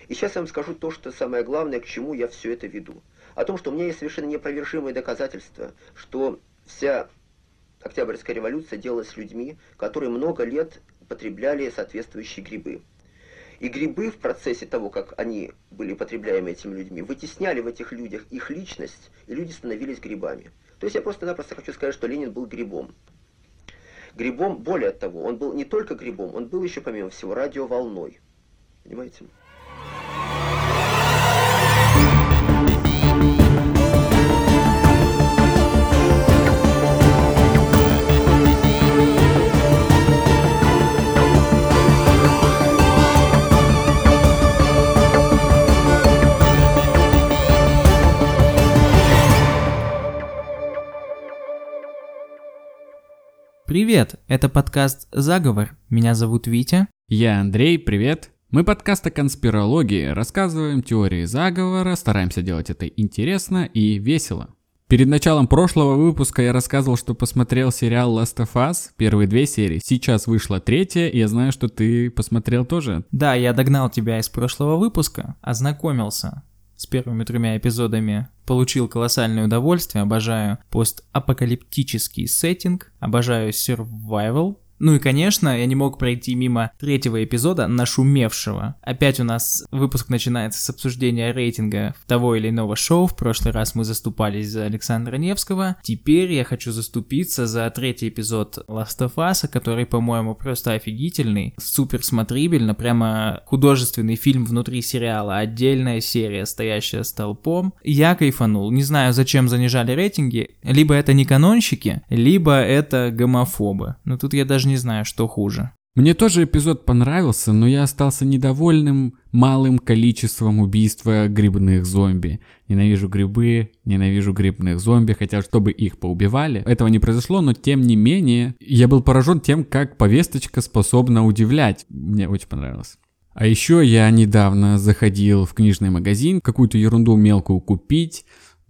И сейчас я вам скажу то, что самое главное, к чему я все это веду. О том, что у меня есть совершенно неопровержимые доказательства, что вся Октябрьская революция делалась людьми, которые много лет употребляли соответствующие грибы. И грибы в процессе того, как они были употребляемы этими людьми, вытесняли в этих людях их личность, и люди становились грибами. То есть я просто-напросто хочу сказать, что Ленин был грибом. Грибом, более того, он был не только грибом, он был еще, помимо всего, радиоволной. Понимаете? Привет, это подкаст «Заговор». Меня зовут Витя. Я Андрей, привет. Мы подкаст о конспирологии, рассказываем теории заговора, стараемся делать это интересно и весело. Перед началом прошлого выпуска я рассказывал, что посмотрел сериал Last of Us, первые 2 серии. Сейчас вышла 3, и я знаю, что ты посмотрел тоже. Да, я догнал тебя из прошлого выпуска, ознакомился с первыми 3 эпизодами, получил колоссальное удовольствие, обожаю постапокалиптический сеттинг, обожаю survival. Ну и, конечно, я не мог пройти мимо 3-го эпизода, нашумевшего. Опять у нас выпуск начинается с обсуждения рейтинга того или иного шоу. В прошлый раз мы заступались за Александра Невского. Теперь я хочу заступиться за 3-й эпизод Last of Us, который, по-моему, просто офигительный. Супер смотрибельно, прямо художественный фильм внутри сериала, отдельная серия, стоящая столпом. Я кайфанул. Не знаю, зачем занижали рейтинги. Либо это не канонщики, либо это гомофобы. Но тут я даже не знаю, что хуже. Мне тоже эпизод понравился, но я остался недовольным малым количеством убийства грибных зомби. Ненавижу грибы, ненавижу грибных зомби, хотя чтобы их поубивали. Этого не произошло, но тем не менее, я был поражен тем, как повесточка способна удивлять. Мне очень понравилось. А еще я недавно заходил в книжный магазин, какую-то ерунду мелкую купить,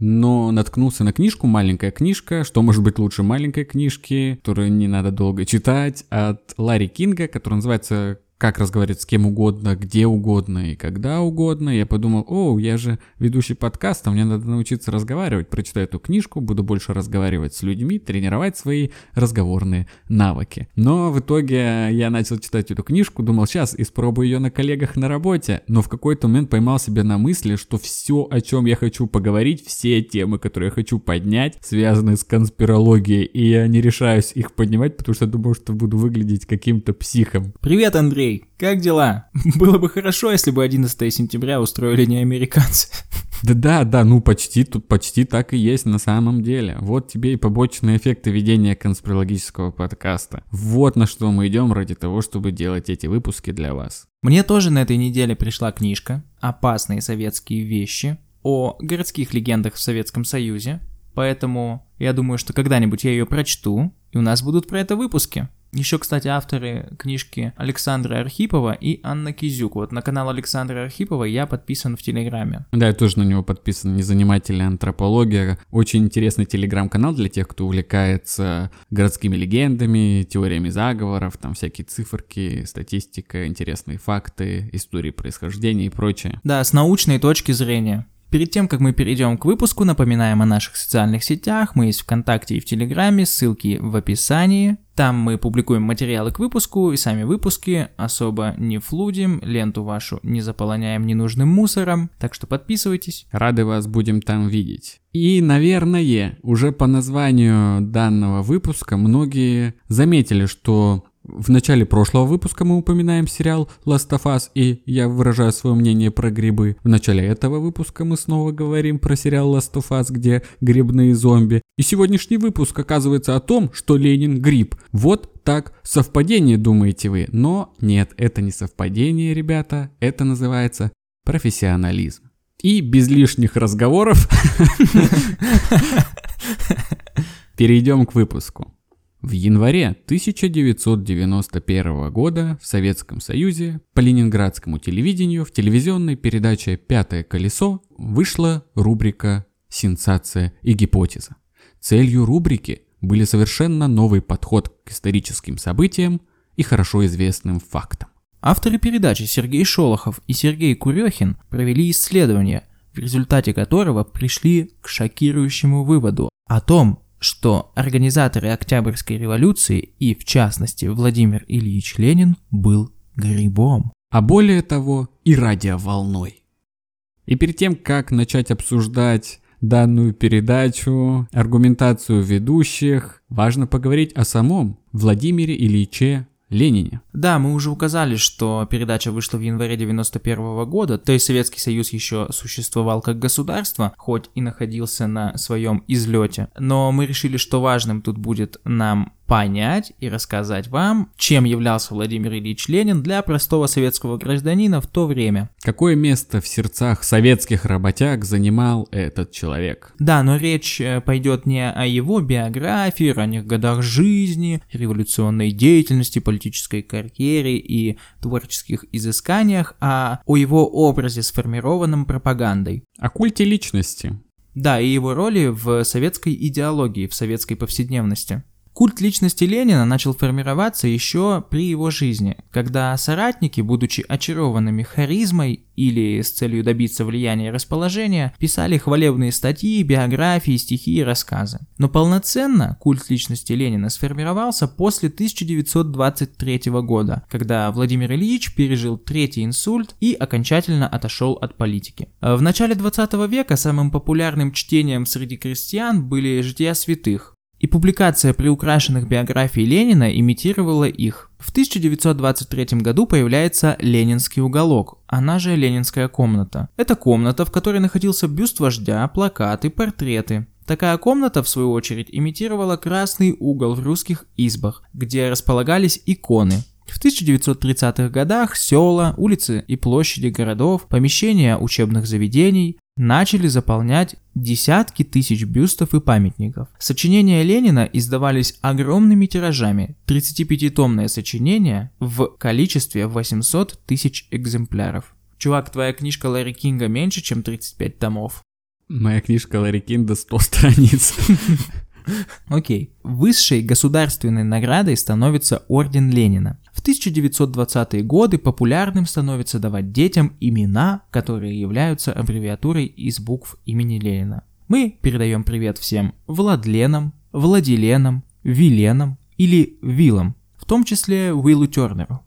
но наткнулся на книжку, маленькая книжка, что может быть лучше маленькой книжки, которую не надо долго читать, от Ларри Кинга, которая называется «Как разговаривать с кем угодно, где угодно и когда угодно». Я подумал, я же ведущий подкаста, мне надо научиться разговаривать. Прочитаю эту книжку, буду больше разговаривать с людьми, тренировать свои разговорные навыки. Но в итоге я начал читать эту книжку, думал, сейчас испробую ее на коллегах на работе, но в какой-то момент поймал себя на мысли, что все, о чем я хочу поговорить, все темы, которые я хочу поднять, связаны с конспирологией, и я не решаюсь их поднимать, потому что думаю, что буду выглядеть каким-то психом. Привет, Андрей! Как дела? Было бы хорошо, если бы 11 сентября устроили не американцы. Да, почти так и есть на самом деле. Вот тебе и побочные эффекты ведения конспирологического подкаста. Вот на что мы идем ради того, чтобы делать эти выпуски для вас. Мне тоже на этой неделе пришла книжка «Опасные советские вещи» о городских легендах в Советском Союзе, поэтому я думаю, что когда-нибудь я ее прочту, и у нас будут про это выпуски. Еще, кстати, авторы книжки Александра Архипова и Анна Кизюк. Вот на канал Александра Архипова я подписан в Телеграме. Да, я тоже на него подписан. Незанимательная антропология. Очень интересный телеграм-канал для тех, кто увлекается городскими легендами, теориями заговоров, там всякие циферки, статистика, интересные факты, истории происхождения и прочее. Да, с научной точки зрения. Перед тем, как мы перейдем к выпуску, напоминаем о наших социальных сетях. Мы есть ВКонтакте и в Телеграме, ссылки в описании. Там мы публикуем материалы к выпуску и сами выпуски особо не флудим, ленту вашу не заполоняем ненужным мусором, так что подписывайтесь. Рады вас будем там видеть. И, наверное, уже по названию данного выпуска многие заметили, что в начале прошлого выпуска мы упоминаем сериал Last of Us, и я выражаю свое мнение про грибы. В начале этого выпуска мы снова говорим про сериал Last of Us, где грибные зомби. И сегодняшний выпуск оказывается о том, что Ленин гриб. Вот так, совпадение, думаете вы. Но нет, это не совпадение, ребята. Это называется профессионализм. И без лишних разговоров перейдем к выпуску. В январе 1991 года в Советском Союзе по ленинградскому телевидению в телевизионной передаче «Пятое колесо» вышла рубрика «Сенсация и гипотеза». Целью рубрики были совершенно новый подход к историческим событиям и хорошо известным фактам. Авторы передачи Сергей Шолохов и Сергей Курехин провели исследование, в результате которого пришли к шокирующему выводу о том, что организаторы Октябрьской революции и, в частности, Владимир Ильич Ленин был грибом. А более того, и радиоволной. И перед тем, как начать обсуждать данную передачу, аргументацию ведущих, важно поговорить о самом Владимире Ильиче Ленине. Да, мы уже указали, что передача вышла в январе 91 года, то есть Советский Союз еще существовал как государство, хоть и находился на своем излете, но мы решили, что важным тут будет нам понять и рассказать вам, чем являлся Владимир Ильич Ленин для простого советского гражданина в то время. Какое место в сердцах советских работяг занимал этот человек? Да, но речь пойдет не о его биографии, ранних годах жизни, революционной деятельности, политической карьере и творческих изысканиях, а о его образе, сформированном пропагандой. О культе личности. Да, и его роли в советской идеологии, в советской повседневности. Культ личности Ленина начал формироваться еще при его жизни, когда соратники, будучи очарованными харизмой или с целью добиться влияния и расположения, писали хвалебные статьи, биографии, стихи и рассказы. Но полноценно культ личности Ленина сформировался после 1923 года, когда Владимир Ильич пережил третий инсульт и окончательно отошел от политики. В начале 20 века самым популярным чтением среди крестьян были «Жития святых», и публикация приукрашенных биографий Ленина имитировала их. В 1923 году появляется «Ленинский уголок», она же «Ленинская комната». Это комната, в которой находился бюст вождя, плакаты, портреты. Такая комната, в свою очередь, имитировала красный угол в русских избах, где располагались иконы. В 1930-х годах села, улицы и площади городов, помещения учебных заведений начали заполнять десятки тысяч бюстов и памятников. Сочинения Ленина издавались огромными тиражами, 35-томное сочинение в количестве 800 тысяч экземпляров. Чувак, твоя книжка Ларри Кинга меньше, чем 35 томов? Моя книжка Ларри Кинга 100 страниц. Окей. Высшей государственной наградой становится Орден Ленина. В 1920-е годы популярным становится давать детям имена, которые являются аббревиатурой из букв имени Ленина. Мы передаем привет всем Владленам, Владиленам, Виленам или Вилам, в том числе Уиллу Тернеру.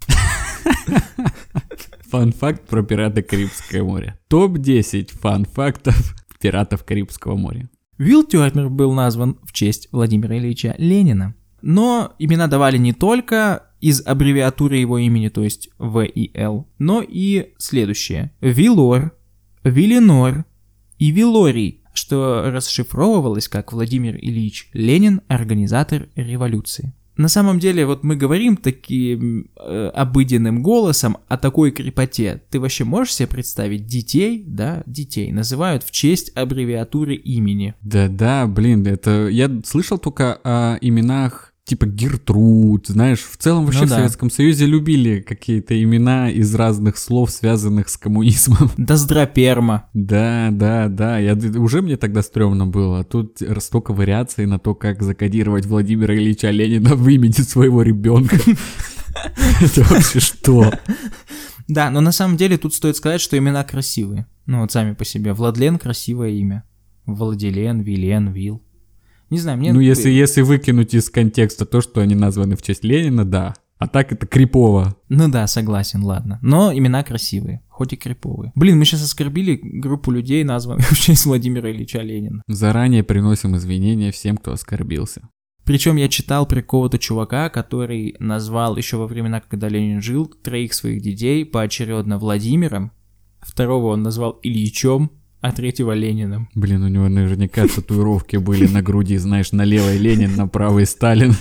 Фан-факт про пираты Карибского моря. Топ-10 фан-фактов пиратов Карибского моря. Уилл Тернер был назван в честь Владимира Ильича Ленина. Но имена давали не только из аббревиатуры его имени, то есть ВИЛ, но и следующее. Вилор, Виленор и Вилорий, что расшифровывалось как Владимир Ильич Ленин, организатор революции. На самом деле, вот мы говорим таким обыденным голосом о такой крепоте. Ты вообще можешь себе представить детей, да, детей называют в честь аббревиатуры имени? Да, блин, это я слышал только о именах типа Гертруд, знаешь, в целом вообще в Советском Союзе любили какие-то имена из разных слов, связанных с коммунизмом. Доздроперма. Да, уже мне тогда стрёмно было, а тут столько вариаций на то, как закодировать Владимира Ильича Ленина в имени своего ребенка. Это вообще что? Да, но на самом деле тут стоит сказать, что имена красивые. Ну вот сами по себе. Владлен — красивое имя. Владилен, Вилен, Вил. Не знаю, мне... Ну, если выкинуть из контекста то, что они названы в честь Ленина, да. А так это крипово. Ну да, согласен, ладно. Но имена красивые, хоть и криповые. Блин, мы сейчас оскорбили группу людей, названных в честь Владимира Ильича Ленина. Заранее приносим извинения всем, кто оскорбился. Причем я читал про какого-то чувака, который назвал еще во времена, когда Ленин жил, 3 своих детей поочередно Владимиром, 2-го он назвал Ильичом, а 3-го Лениным. Блин, у него наверняка татуировки были на груди, знаешь, на левой Ленин, на правой Сталин.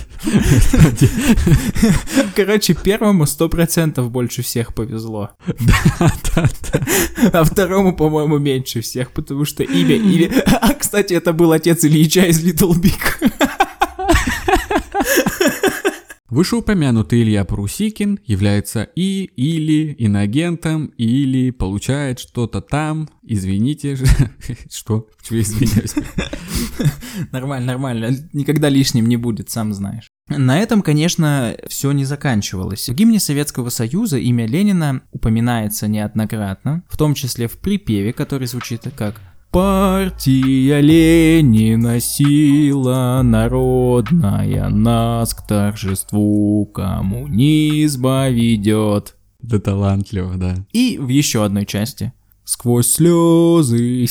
Короче, 1-му 100% больше всех повезло. Да. А 2-му, по-моему, меньше всех, потому что имя или... А, кстати, это был отец Ильича из Little Big. Вышеупомянутый Илья Прусикин является или иноагентом, или получает что-то там. Извините. Что? Чего извиняюсь? Нормально. Никогда лишним не будет, сам знаешь. На этом, конечно, все не заканчивалось. В гимне Советского Союза имя Ленина упоминается неоднократно, в том числе в припеве, который звучит как «Партия Ленина, сила народная, нас к торжеству коммунизма ведет». Да талантливо, да. И в еще одной части «Сквозь слезы...»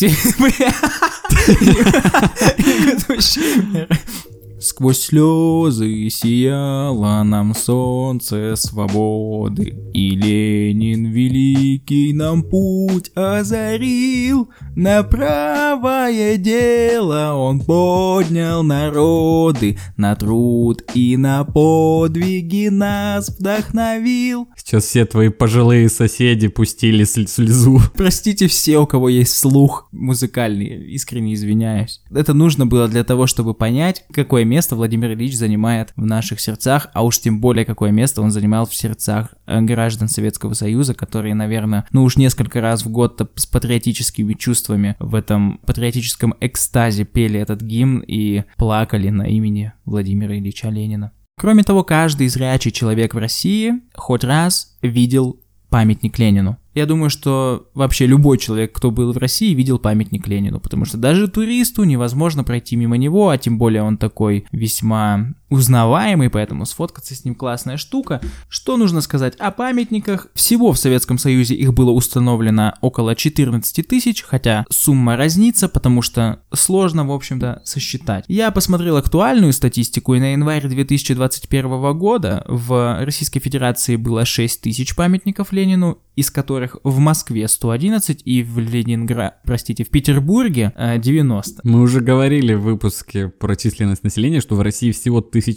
Сквозь слезы сияло нам солнце свободы, и Ленин великий нам путь озарил. На правое дело он поднял народы, на труд и на подвиги нас вдохновил. Сейчас все твои пожилые соседи пустили слезу. Простите все, у кого есть слух музыкальный, искренне извиняюсь. Это нужно было для того, чтобы понять, какое место Владимир Ильич занимает в наших сердцах, а уж тем более, какое место он занимал в сердцах граждан Советского Союза, которые, наверное, уж несколько раз в год с патриотическими чувствами в этом патриотическом экстазе пели этот гимн и плакали на имени Владимира Ильича Ленина. Кроме того, каждый зрячий человек в России хоть раз видел памятник Ленину. Я думаю, что вообще любой человек, кто был в России, видел памятник Ленину, потому что даже туристу невозможно пройти мимо него, а тем более он такой весьма узнаваемый, поэтому сфоткаться с ним классная штука. Что нужно сказать о памятниках? Всего в Советском Союзе их было установлено около 14 тысяч, хотя сумма разнится, потому что сложно, в общем-то, сосчитать. Я посмотрел актуальную статистику, и на январь 2021 года в Российской Федерации было 6 тысяч памятников Ленину, из которых в Москве 111 и в в Петербурге 90. Мы уже говорили в выпуске про численность населения, что в России всего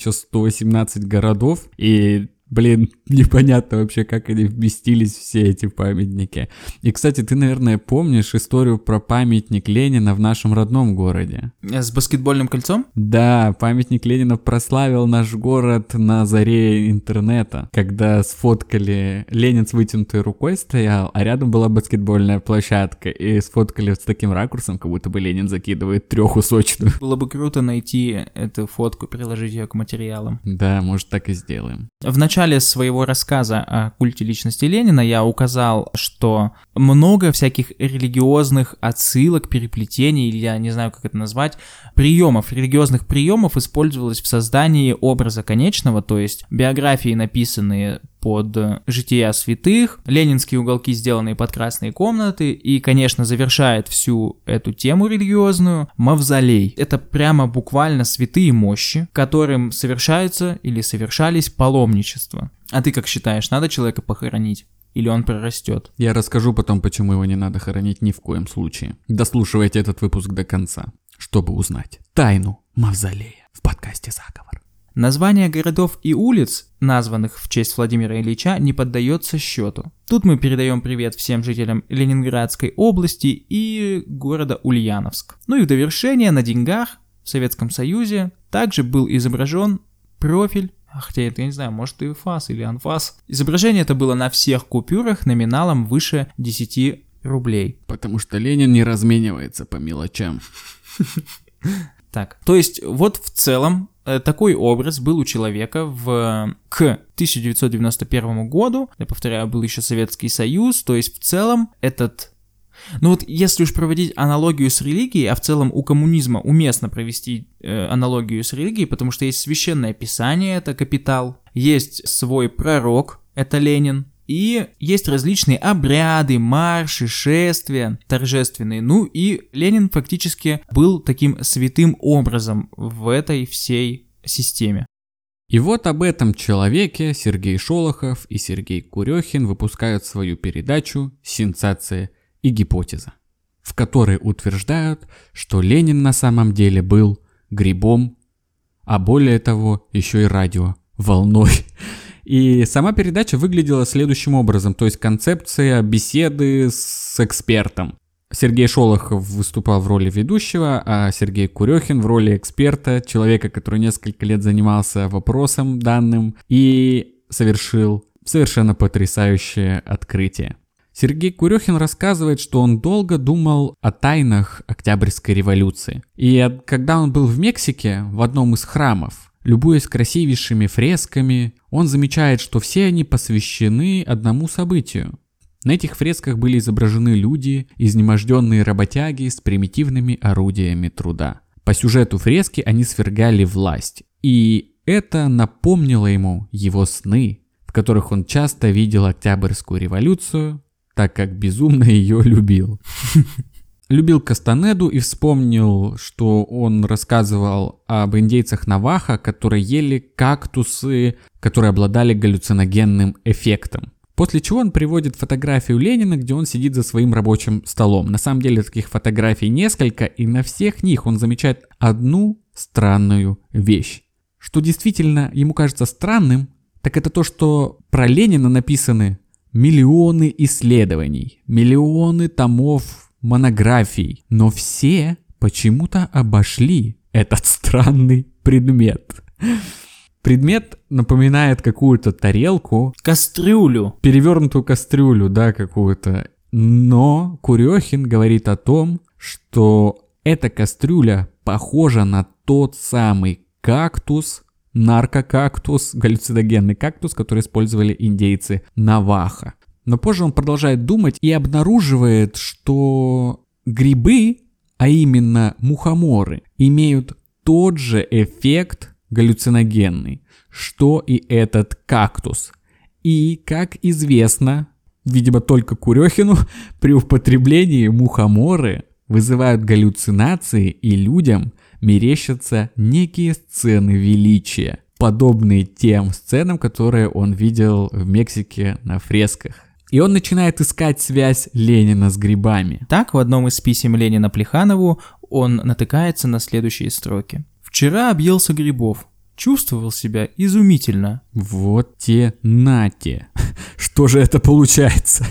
1117 городов, и непонятно вообще, как они вместились все эти памятники. И, кстати, ты, наверное, помнишь историю про памятник Ленина в нашем родном городе. С баскетбольным кольцом? Да, памятник Ленина прославил наш город на заре интернета, когда сфоткали, Ленин с вытянутой рукой стоял, а рядом была баскетбольная площадка, и сфоткали с таким ракурсом, как будто бы Ленин закидывает трехусочную. Было бы круто найти эту фотку, приложить ее к материалам. Да, может, так и сделаем. В начале своего рассказа о культе личности Ленина я указал, что много всяких религиозных отсылок, переплетений, или я не знаю, как это назвать, религиозных приемов использовалось в создании образа конечного, то есть биографии, написанные под жития святых, ленинские уголки, сделанные под красные комнаты, и, конечно, завершает всю эту тему религиозную мавзолей. Это прямо буквально святые мощи, которым совершаются или совершались паломничества. А ты как считаешь, надо человека похоронить? Или он прорастет? Я расскажу потом, почему его не надо хоронить ни в коем случае. Дослушивайте этот выпуск до конца, чтобы узнать тайну мавзолея в подкасте «Заговор». Название городов и улиц, названных в честь Владимира Ильича, не поддается счету. Тут мы передаем привет всем жителям Ленинградской области и города Ульяновск. Ну и в довершение на деньгах в Советском Союзе также был изображен профиль, хотя это, я не знаю, может и фас или анфас. Изображение это было на всех купюрах номиналом выше 10 рублей. Потому что Ленин не разменивается по мелочам. Так, то есть вот в целом такой образ был у человека к 1991 году, я повторяю, был еще Советский Союз, то есть в целом ну вот если уж проводить аналогию с религией, а в целом у коммунизма уместно провести аналогию с религией, потому что есть священное писание, это «Капитал», есть свой пророк, это Ленин, и есть различные обряды, марши, шествия торжественные. Ну и Ленин фактически был таким святым образом в этой всей системе. И вот об этом человеке Сергей Шолохов и Сергей Курехин выпускают свою передачу «Сенсация и гипотеза», в которой утверждают, что Ленин на самом деле был грибом, а более того, еще и радиоволной. И сама передача выглядела следующим образом, то есть концепция беседы с экспертом. Сергей Шолохов выступал в роли ведущего, а Сергей Курехин в роли эксперта, человека, который несколько лет занимался вопросом данным и совершил совершенно потрясающее открытие. Сергей Курехин рассказывает, что он долго думал о тайнах Октябрьской революции. И когда он был в Мексике, в одном из храмов, любуясь красивейшими фресками, он замечает, что все они посвящены одному событию. На этих фресках были изображены люди, изнеможденные работяги с примитивными орудиями труда. По сюжету фрески они свергали власть, и это напомнило ему его сны, в которых он часто видел Октябрьскую революцию, так как безумно ее любил. Любил Кастанеду и вспомнил, что он рассказывал об индейцах Навахо, которые ели кактусы, которые обладали галлюциногенным эффектом. После чего он приводит фотографию Ленина, где он сидит за своим рабочим столом. На самом деле таких фотографий несколько, и на всех них он замечает одну странную вещь. Что действительно ему кажется странным, так это то, что про Ленина написаны миллионы исследований, миллионы томов монографий, но все почему-то обошли этот странный предмет. Предмет напоминает какую-то тарелку. Кастрюлю. Перевернутую кастрюлю, да, какую-то. Но Курехин говорит о том, что эта кастрюля похожа на тот самый кактус, наркокактус, галлюциногенный кактус, который использовали индейцы Навахо. Но позже он продолжает думать и обнаруживает, что грибы, а именно мухоморы, имеют тот же эффект галлюциногенный, что и этот кактус. И, как известно, видимо только Курехину, при употреблении мухоморы вызывают галлюцинации, и людям мерещатся некие сцены величия, подобные тем сценам, которые он видел в Мексике на фресках. И он начинает искать связь Ленина с грибами. Так, в одном из писем Ленина Плеханову он натыкается на следующие строки. «Вчера объелся грибов. Чувствовал себя изумительно». Вот те нате. Что же это получается?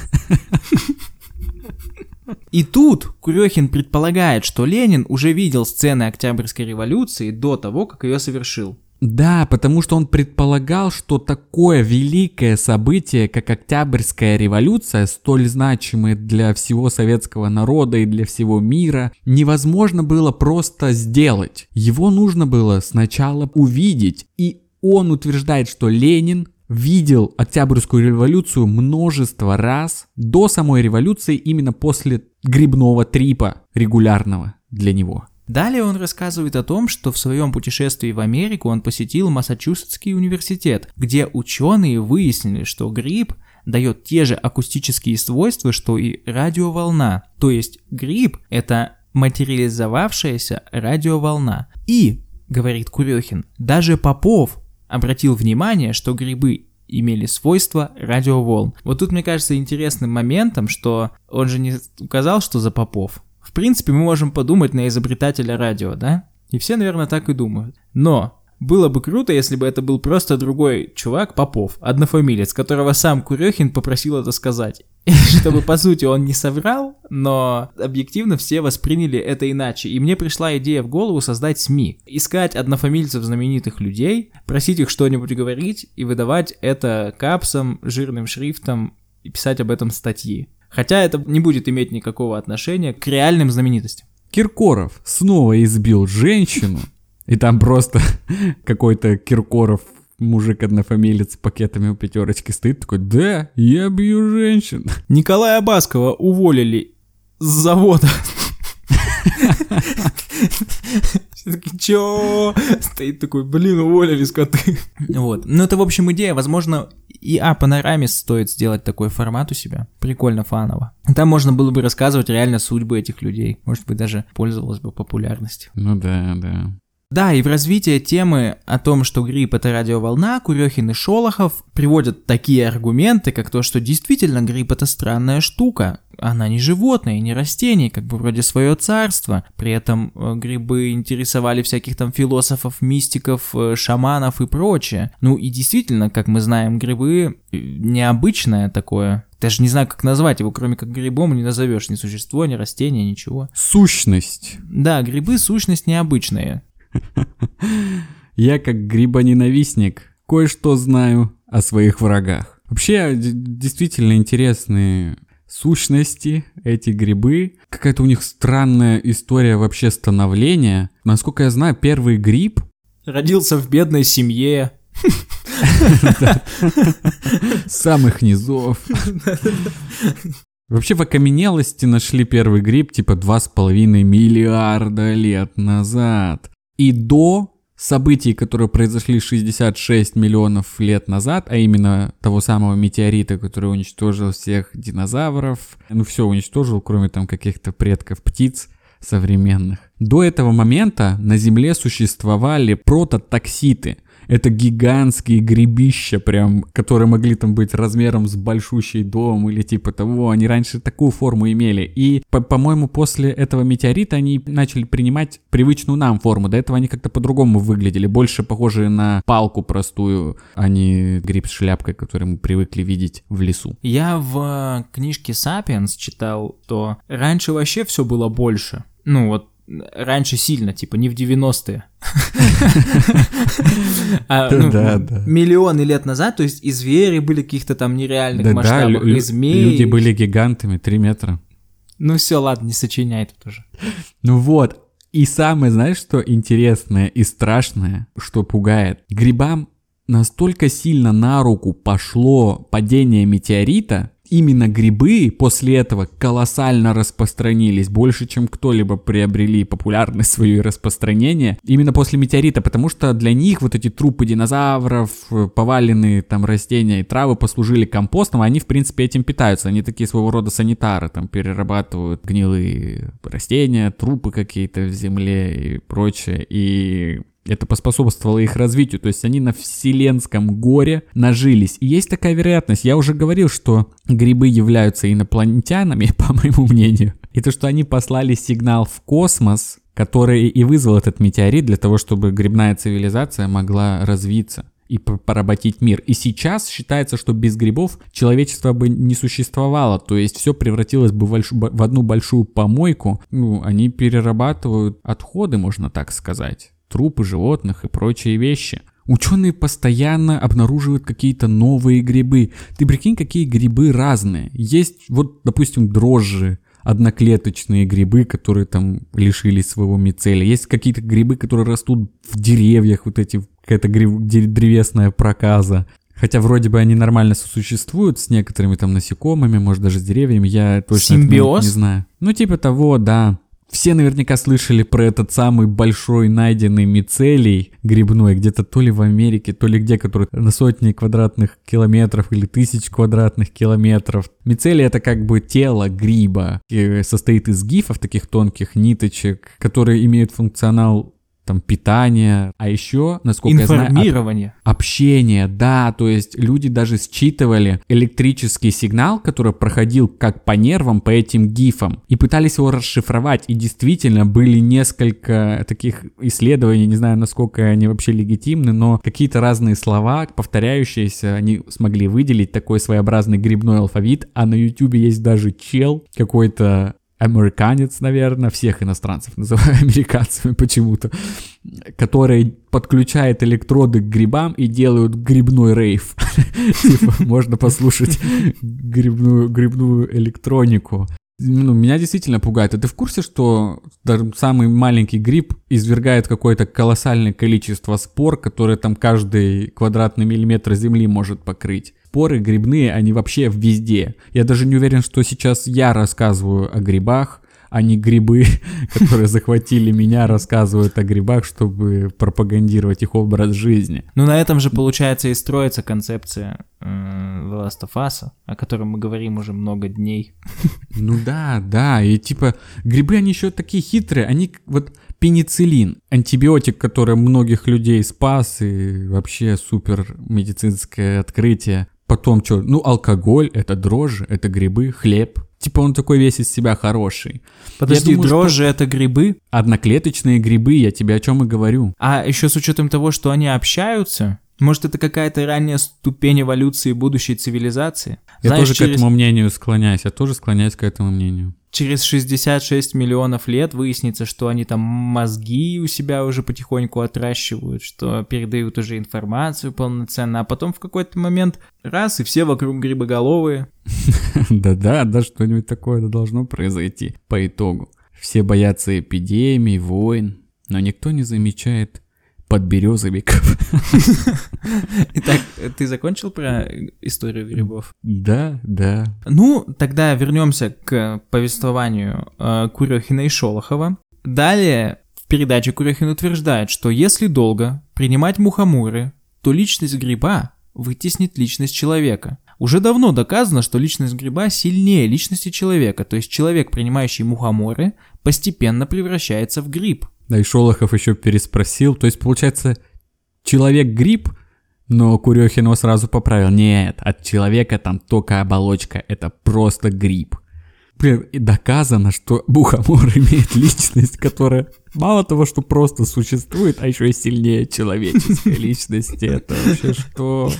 И тут Курехин предполагает, что Ленин уже видел сцены Октябрьской революции до того, как ее совершил. Да, потому что он предполагал, что такое великое событие, как Октябрьская революция, столь значимое для всего советского народа и для всего мира, невозможно было просто сделать. Его нужно было сначала увидеть. И он утверждает, что Ленин видел Октябрьскую революцию множество раз до самой революции, именно после грибного трипа регулярного для него. Далее он рассказывает о том, что в своем путешествии в Америку он посетил Массачусетский университет, где ученые выяснили, что гриб дает те же акустические свойства, что и радиоволна. То есть гриб – это материализовавшаяся радиоволна. И, говорит Курехин, даже Попов обратил внимание, что грибы имели свойства радиоволн. Вот тут, мне кажется, интересным моментом, что он же не указал, что за Попов. В принципе, мы можем подумать на изобретателя радио, да? И все, наверное, так и думают. Но было бы круто, если бы это был просто другой чувак, Попов, однофамилец, которого сам Курехин попросил это сказать. И чтобы, по сути, он не соврал, но объективно все восприняли это иначе. И мне пришла идея в голову создать СМИ. Искать однофамильцев знаменитых людей, просить их что-нибудь говорить и выдавать это капсом, жирным шрифтом и писать об этом статьи. Хотя это не будет иметь никакого отношения к реальным знаменитостям. Киркоров снова избил женщину, и там просто какой-то Киркоров, мужик-однофамилец с пакетами у пятерочки стоит, такой: да, я бью женщин. Николая Баскова уволили с завода. Все такие: чё? Стоит такой: блин, уволили скоты. Вот. Ну это, в общем, идея. Возможно, и о Панораме стоит сделать такой формат у себя. Прикольно, фаново. Там можно было бы рассказывать реально судьбы этих людей. Может быть, даже пользовалось бы популярностью. Ну да, да. Да, и в развитие темы о том, что гриб — это радиоволна, Курехин и Шолохов приводят такие аргументы, как то, что действительно гриб — это странная штука. Она не животное, не растение, как бы вроде свое царство. При этом грибы интересовали всяких там философов, мистиков, шаманов и прочее. Ну и действительно, как мы знаем, грибы необычное такое. Даже не знаю, как назвать его, кроме как грибом не назовешь ни существо, ни растение, ничего. Сущность. Да, грибы — сущность необычная. Я, как грибоненавистник, кое-что знаю о своих врагах. Вообще, действительно интересные сущности, эти грибы. Какая-то у них странная история вообще становления. Насколько я знаю, первый гриб Родился в бедной семье. С самых низов. Вообще в окаменелости нашли первый гриб типа 2,5 миллиарда лет назад. И до событий, которые произошли 66 миллионов лет назад, а именно того самого метеорита, который уничтожил всех динозавров, ну все уничтожил, кроме там каких-то предков птиц современных. До этого момента на Земле существовали прототакситы. Это гигантские грибища, прям, которые могли там быть размером с большущий дом или типа того. Они раньше такую форму имели. И, по-моему, после этого метеорита они начали принимать привычную нам форму. До этого они как-то по-другому выглядели. Больше похожие на палку простую, а не гриб с шляпкой, который мы привыкли видеть в лесу. Я в книжке «Сапиенс» читал, что раньше вообще все было больше. Ну вот, раньше сильно, типа не в 90-е. Миллионы лет назад, то есть и звери были каких-то там нереальных масштабах, и змеи. Люди были гигантами, 3 метра. Ну все, ладно, не сочиняй тут уже. Ну вот, и самое, знаешь, что интересное и страшное, что пугает? Грибам настолько сильно на руку пошло падение метеорита, именно грибы после этого колоссально распространились, больше, чем кто-либо приобрели популярность свою и распространение, именно после метеорита, потому что для них вот эти трупы динозавров, поваленные там растения и травы послужили компостом, а они, в принципе, этим питаются, они такие своего рода санитары, там, перерабатывают гнилые растения, трупы какие-то в земле и прочее, и это поспособствовало их развитию, то есть они на вселенском горе нажились. И есть такая вероятность, я уже говорил, что грибы являются инопланетянами, по моему мнению, и то, что они послали сигнал в космос, который и вызвал этот метеорит для того, чтобы грибная цивилизация могла развиться и поработить мир. И сейчас считается, что без грибов человечество бы не существовало, то есть все превратилось бы в одну большую помойку. Ну, они перерабатывают отходы, можно так сказать. Трупы животных и прочие вещи. Ученые постоянно обнаруживают какие-то новые грибы. Ты прикинь, какие грибы разные. Есть вот, допустим, дрожжи, одноклеточные грибы, которые там лишились своего мицелия. Есть какие-то грибы, которые растут в деревьях, вот эти, какая-то древесная проказа. Хотя вроде бы они нормально сосуществуют с некоторыми там насекомыми, может даже с деревьями, я точно симбиоз? Не знаю. Ну типа того, да. Все наверняка слышали про этот самый большой найденный мицелий грибной, где-то то ли в Америке, то ли где, который на сотни квадратных километров или тысяч квадратных километров. Мицелий — это как бы тело гриба, и состоит из гифов, таких тонких ниточек, которые имеют функционал там питание, а еще, насколько я знаю, информирование, общение, да, то есть люди даже считывали электрический сигнал, который проходил как по нервам, по этим гифам, и пытались его расшифровать, и действительно были несколько таких исследований, не знаю, насколько они вообще легитимны, но какие-то разные слова, повторяющиеся, они смогли выделить такой своеобразный грибной алфавит, а на YouTube есть даже чел какой-то, американец, наверное, всех иностранцев называю американцами почему-то, который подключает электроды к грибам и делают грибной рейв. Типа, можно послушать грибную электронику. Ну, меня действительно пугает. А ты в курсе, что даже самый маленький гриб извергает какое-то колоссальное количество спор, которые там каждый квадратный миллиметр земли может покрыть? Споры грибные, они вообще везде. Я даже не уверен, что сейчас я рассказываю о грибах, а не грибы, которые захватили меня, рассказывают о грибах, чтобы пропагандировать их образ жизни. Ну, на этом же, получается, и строится концепция The Last of Us, о котором мы говорим уже много дней. Ну да, и типа грибы, они еще такие хитрые, они вот пенициллин, антибиотик, который многих людей спас, и вообще супер медицинское открытие. Потом что? Ну, алкоголь, это дрожжи, это грибы, хлеб. Типа он такой весь из себя хороший. Подожди, дрожжи это грибы? Одноклеточные грибы, я тебе о чем и говорю. А еще с учетом того, что они общаются, может это какая-то ранняя ступень эволюции будущей цивилизации? Я тоже к этому мнению склоняюсь, к этому мнению. Через 66 миллионов лет выяснится, что они там мозги у себя уже потихоньку отращивают, что передают уже информацию полноценно, а потом в какой-то момент раз, и все вокруг грибоголовые. Да, что-нибудь такое должно произойти по итогу. Все боятся эпидемий, войн, но никто не замечает подберезовиков. Итак, ты закончил про историю грибов? Да. Ну, тогда вернемся к повествованию Курехина и Шолохова. Далее в передаче Курехин утверждает, что если долго принимать мухоморы, то личность гриба вытеснит личность человека. Уже давно доказано, что личность гриба сильнее личности человека, то есть человек, принимающий мухоморы, постепенно превращается в гриб. Да, и Шолохов еще переспросил, то есть получается человек-гриб, но Курехин его сразу поправил. Нет, от человека там только оболочка, это просто гриб. Блин, и доказано, что мухомор имеет личность, которая мало того, что просто существует, а еще и сильнее человеческой личности. Это вообще что?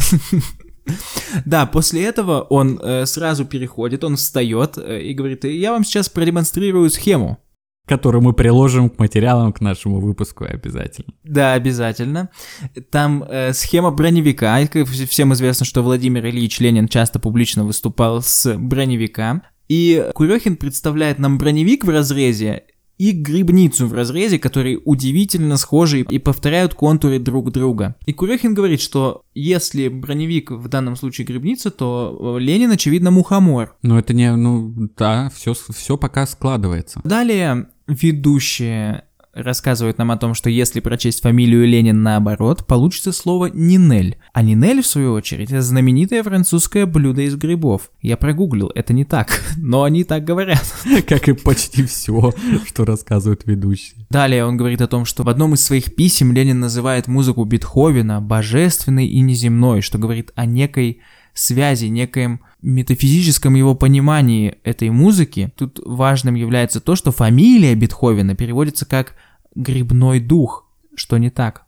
Да, после этого он сразу переходит, он встает и говорит: я вам сейчас продемонстрирую схему. Которую мы приложим к материалам к нашему выпуску обязательно. Да, обязательно. Там схема броневика. Всем известно, что Владимир Ильич Ленин часто публично выступал с броневика. И Курехин представляет нам броневик в разрезе и грибницу в разрезе, которые удивительно схожи и повторяют контуры друг друга. И Курехин говорит, что если броневик в данном случае грибница, то Ленин, очевидно, мухомор. Но это не, да, все пока складывается. Далее ведущие рассказывают нам о том, что если прочесть фамилию Ленин наоборот, получится слово «нинель». А нинель, в свою очередь, это знаменитое французское блюдо из грибов. Я прогуглил, это не так, но они так говорят. Как и почти все, что рассказывают ведущие. Далее он говорит о том, что в одном из своих писем Ленин называет музыку Бетховена божественной и неземной, что говорит о некой связи, некоем метафизическом его понимании этой музыки. Тут важным является то, что фамилия Бетховена переводится как «грибной дух», что не так.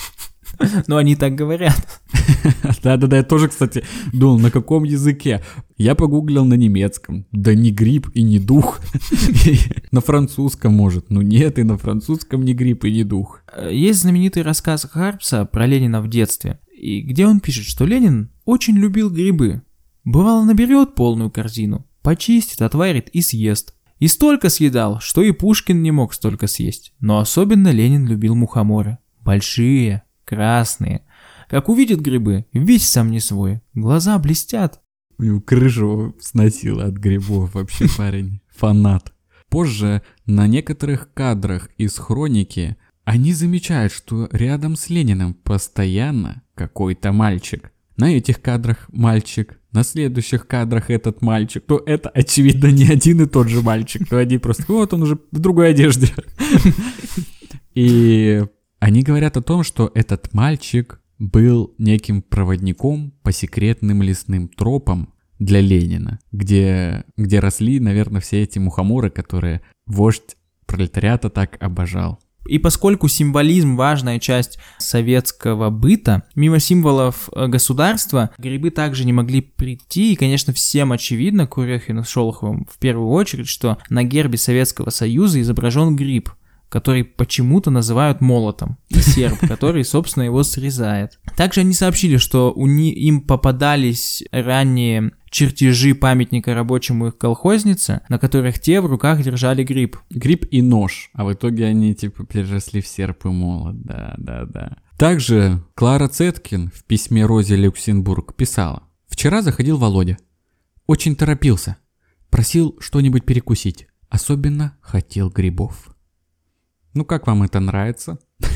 Но они так говорят. Да, я тоже, кстати, думал, на каком языке. Я погуглил на немецком. Да не гриб и не дух. На французском, может. Ну нет, и на французском не гриб и не дух. Есть знаменитый рассказ Харпса про Ленина в детстве, и где он пишет, что Ленин очень любил грибы. Бывало, наберет полную корзину, почистит, отварит и съест. И столько съедал, что и Пушкин не мог столько съесть. Но особенно Ленин любил мухоморы. Большие, красные. Как увидит грибы, весь сам не свой. Глаза блестят. У него крышу сносило от грибов вообще парень. Фанат. Позже на некоторых кадрах из хроники они замечают, что рядом с Лениным постоянно какой-то мальчик. На этих кадрах мальчик, на следующих кадрах этот мальчик. То это, очевидно, не один и тот же мальчик, то они просто, вот он уже в другой одежде. И они говорят о том, что этот мальчик был неким проводником по секретным лесным тропам для Ленина, где росли, наверное, все эти мухоморы, которые вождь пролетариата так обожал. И поскольку символизм – важная часть советского быта, мимо символов государства грибы также не могли прийти. И, конечно, всем очевидно, Курехину с Шолоховым в первую очередь, что на гербе Советского Союза изображен гриб, который почему-то называют молотом, и серп, который, собственно, его срезает. Также они сообщили, что им попадались ранние чертежи памятника рабочему их колхознице, на которых те в руках держали гриб. Гриб и нож, а в итоге они переросли в серп и молот, да. Также Клара Цеткин в письме Розе Люксембург писала: «Вчера заходил Володя. Очень торопился. Просил что-нибудь перекусить. Особенно хотел грибов». Ну, как вам это нравится?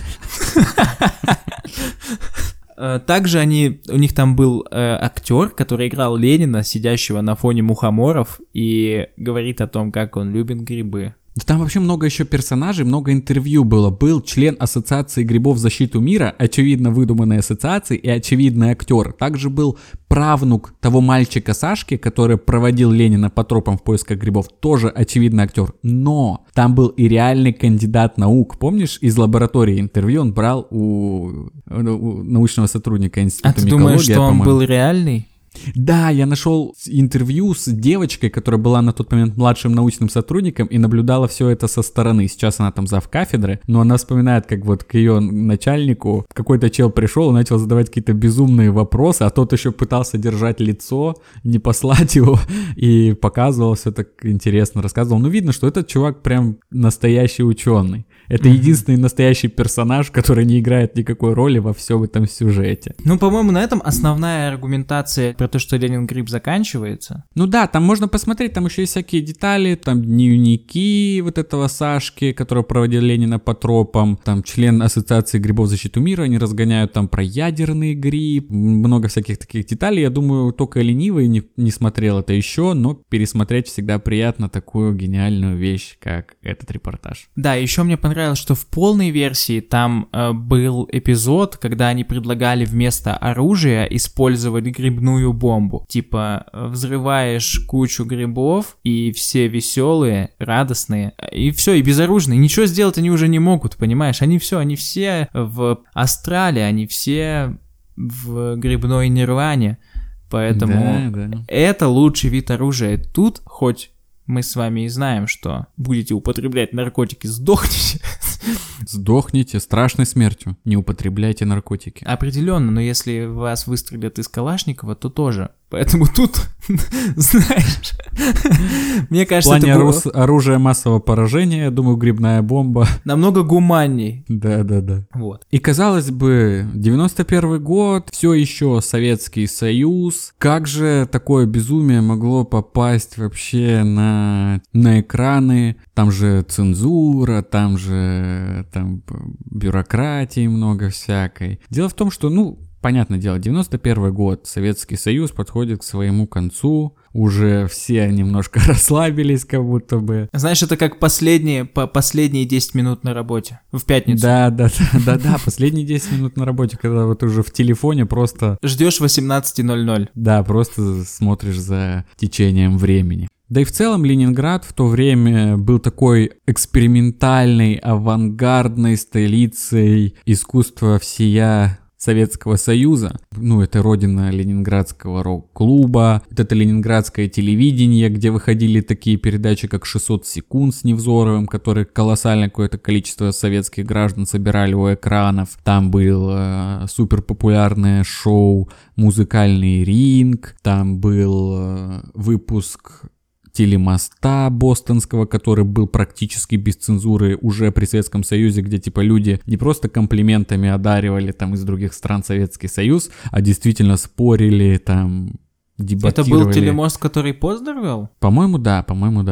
Также у них там был актер, который играл Ленина, сидящего на фоне мухоморов, и говорит о том, как он любит грибы. Да там вообще много еще персонажей, много интервью было. Был член Ассоциации грибов в защиту мира, очевидно выдуманной ассоциации, и очевидный актер. Также был правнук того мальчика Сашки, который проводил Ленина по тропам в поисках грибов, тоже очевидный актер. Но там был и реальный кандидат наук. Помнишь, из лаборатории интервью он брал у научного сотрудника Института микологии. А ты думаешь, что он был реальный? Да, я нашел интервью с девочкой, которая была на тот момент младшим научным сотрудником и наблюдала все это со стороны. Сейчас она там зав кафедры, но она вспоминает, как вот к ее начальнику какой-то чел пришел и начал задавать какие-то безумные вопросы, а тот еще пытался держать лицо, не послать его, и показывал все так интересно, рассказывал. Ну, видно, что этот чувак прям настоящий ученый. Это единственный настоящий персонаж, который не играет никакой роли во всем этом сюжете. Ну, по-моему, на этом основная аргументация про то, что Ленин Гриб заканчивается. Ну да, там можно посмотреть, там еще есть всякие детали, там дневники вот этого Сашки, который проводил Ленина по тропам, там член Ассоциации грибов защиты мира, они разгоняют там про ядерный гриб, много всяких таких деталей. Я думаю, только ленивый не смотрел это еще, но пересмотреть всегда приятно такую гениальную вещь, как этот репортаж. Да, еще мне понравилось, что в полной версии там был эпизод, когда они предлагали вместо оружия использовать грибную бомбу. Типа, взрываешь кучу грибов, и все веселые, радостные, и все, и безоружные. Ничего сделать они уже не могут, понимаешь? Они все в астрале, они все в грибной нирване. Поэтому это лучший вид оружия. Тут хоть мы с вами и знаем, что будете употреблять наркотики, сдохнете. Сдохните страшной смертью. Не употребляйте наркотики. Определенно, но если вас выстрелят из Калашникова, то тоже. Поэтому тут, знаешь, мне кажется, в плане оружия массового поражения, я думаю, грибная бомба намного гуманней. Да. Вот. И казалось бы, 91 год, все еще Советский Союз. Как же такое безумие могло попасть вообще на экраны? Там же цензура, там бюрократии много всякой. Дело в том, что, понятное дело, 91 год, Советский Союз подходит к своему концу, уже все немножко расслабились, как будто бы. Знаешь, это как последние 10 минут на работе, в пятницу. Да, последние 10 минут на работе, когда вот уже в телефоне просто... Ждешь 18:00. Да, просто смотришь за течением времени. Да и в целом Ленинград в то время был такой экспериментальной, авангардной столицей искусства всея Советского Союза. Это родина ленинградского рок-клуба, вот это ленинградское телевидение, где выходили такие передачи, как «600 секунд» с Невзоровым, которые колоссальное какое-то количество советских граждан собирали у экранов. Там был суперпопулярное шоу «Музыкальный ринг», там был выпуск телемоста бостонского, который был практически без цензуры уже при Советском Союзе, где типа люди не просто комплиментами одаривали там из других стран Советский Союз, а действительно спорили, там дебатировали. Это был телемост, который Познер вел? По-моему, да.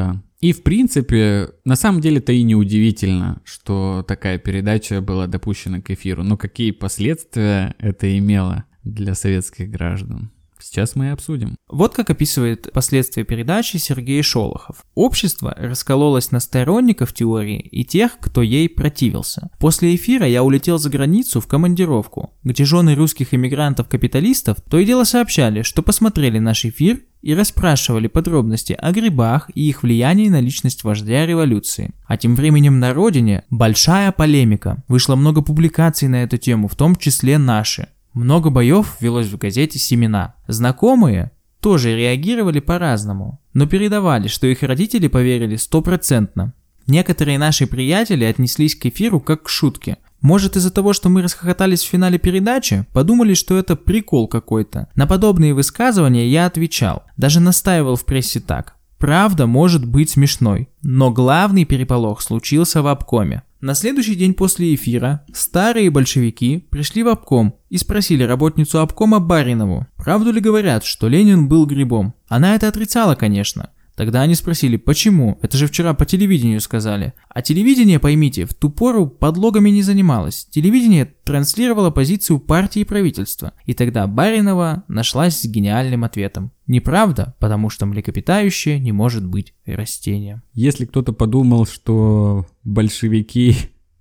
И в принципе, на самом деле-то и неудивительно, что такая передача была допущена к эфиру. Но какие последствия это имело для советских граждан? Сейчас мы и обсудим. Вот как описывает последствия передачи Сергей Шолохов. Общество раскололось на сторонников теории и тех, кто ей противился. После эфира я улетел за границу в командировку, где жены русских иммигрантов-капиталистов то и дело сообщали, что посмотрели наш эфир и расспрашивали подробности о грибах и их влиянии на личность вождя революции. А тем временем на родине большая полемика. Вышло много публикаций на эту тему, в том числе наши. Много боев велось в газете «Семена». Знакомые тоже реагировали по-разному, но передавали, что их родители поверили 100%. Некоторые наши приятели отнеслись к эфиру как к шутке. Может, из-за того, что мы расхохотались в финале передачи, подумали, что это прикол какой-то. На подобные высказывания я отвечал, даже настаивал в прессе так. Правда может быть смешной, но главный переполох случился в обкоме. На следующий день после эфира старые большевики пришли в обком и спросили работницу обкома Баринову, правду ли говорят, что Ленин был грибом. Она это отрицала, конечно. Тогда они спросили, почему? Это же вчера по телевидению сказали. А телевидение, поймите, в ту пору подлогами не занималось. Телевидение транслировало позицию партии и правительства. И тогда Баринова нашлась с гениальным ответом. Неправда, потому что млекопитающее не может быть растением. Если кто-то подумал, что большевики...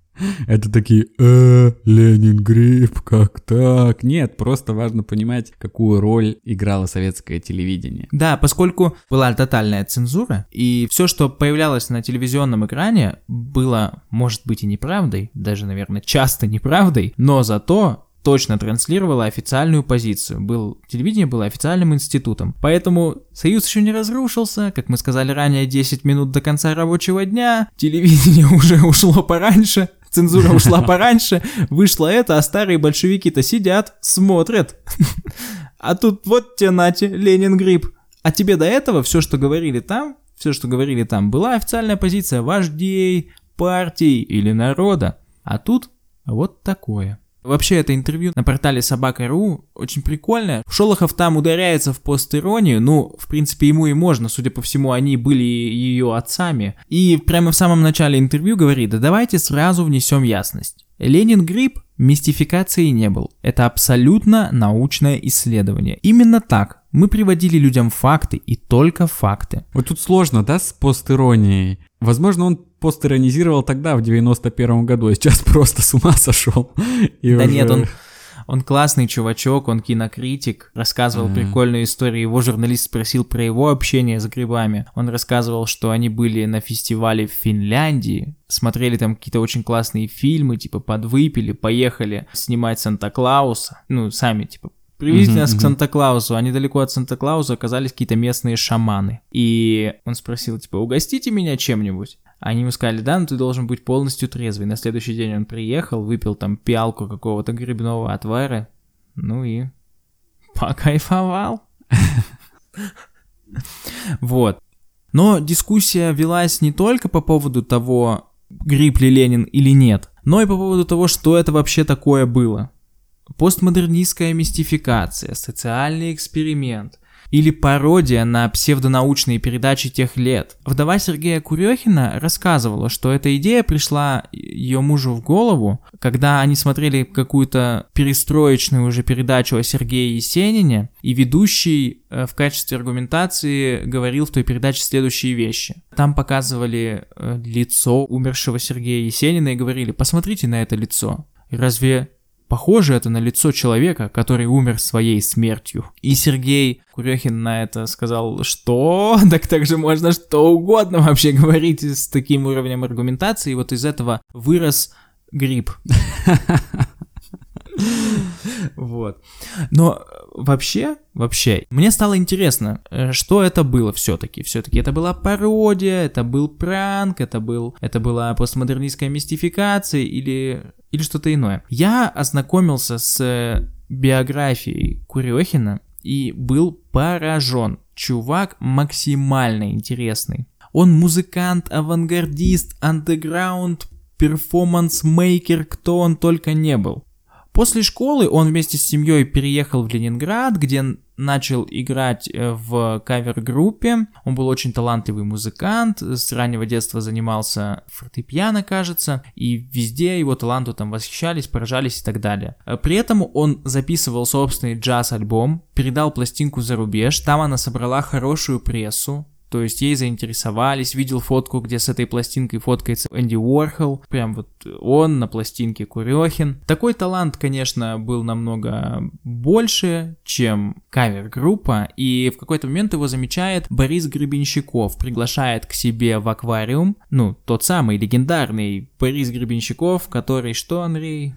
Это такие, Ленин гриб, как так? Нет, просто важно понимать, какую роль играло советское телевидение. Да, поскольку была тотальная цензура, и все, что появлялось на телевизионном экране, было, может быть, и неправдой, даже, наверное, часто неправдой, но зато точно транслировало официальную позицию. Телевидение было официальным институтом. Поэтому Союз еще не разрушился, как мы сказали ранее, 10 минут до конца рабочего дня, телевидение уже ушло пораньше. Цензура ушла пораньше, вышло это, а старые большевики-то сидят, смотрят. А тут вот тебе нате, Ленин гриб. А тебе до этого все, что говорили там, была официальная позиция вождей, партии или народа. А тут вот такое. Вообще, это интервью на портале Собака.ру очень прикольное. Шолохов там ударяется в постиронию, ну, в принципе, ему и можно, судя по всему, они были ее отцами. И прямо в самом начале интервью говорит: да давайте сразу внесем ясность. Ленин гриб мистификации не был. Это абсолютно научное исследование. Именно так. Мы приводили людям факты и только факты. Вот тут сложно, да, с постиронией? Возможно, он постиронизировал тогда, в 91-м году, а сейчас просто с ума сошел. Да нет, он классный чувачок, он кинокритик, рассказывал прикольную историю. Его журналист спросил про его общение с грибами. Он рассказывал, что они были на фестивале в Финляндии, смотрели там какие-то очень классные фильмы, типа подвыпили, поехали снимать Санта-Клауса. Ну, сами, типа, привезли нас к Санта-Клаусу, а недалеко от Санта-Клауса оказались какие-то местные шаманы. И он спросил, типа, угостите меня чем-нибудь? Они ему сказали: да, но ты должен быть полностью трезвый. На следующий день он приехал, выпил там пиалку какого-то грибного отвара, ну и покайфовал. Вот. Но дискуссия велась не только по поводу того, гриб ли Ленин или нет, но и по поводу того, что это вообще такое было. Постмодернистская мистификация, социальный эксперимент или пародия на псевдонаучные передачи тех лет. Вдова Сергея Курехина рассказывала, что эта идея пришла ее мужу в голову, когда они смотрели какую-то перестроечную уже передачу о Сергее Есенине, и ведущий в качестве аргументации говорил в той передаче следующие вещи. Там показывали лицо умершего Сергея Есенина и говорили: посмотрите на это лицо. Разве похоже это на лицо человека, который умер своей смертью? И Сергей Курехин на это сказал: что? Так же можно что угодно вообще говорить с таким уровнем аргументации. И вот из этого вырос гриб. Вот. Но вообще, мне стало интересно, что это было все-таки. Все-таки это была пародия, это был пранк, это была постмодернистская мистификация или что-то иное. Я ознакомился с биографией Курехина и был поражен. Чувак максимально интересный. Он музыкант, авангардист, андеграунд, перформанс-мейкер, кто он только не был. После школы он вместе с семьей переехал в Ленинград, где начал играть в кавер-группе. Он был очень талантливый музыкант, с раннего детства занимался фортепиано, кажется, и везде его таланту там восхищались, поражались и так далее. При этом он записывал собственный джаз-альбом, передал пластинку за рубеж, там она собрала хорошую прессу. То есть ей заинтересовались, видел фотку, где с этой пластинкой фоткается Энди Уорхол, прям вот он на пластинке Курехин. Такой талант, конечно, был намного больше, чем кавер-группа, и в какой-то момент его замечает Борис Гребенщиков, приглашает к себе в аквариум, ну, тот самый легендарный Борис Гребенщиков, который что, Андрей?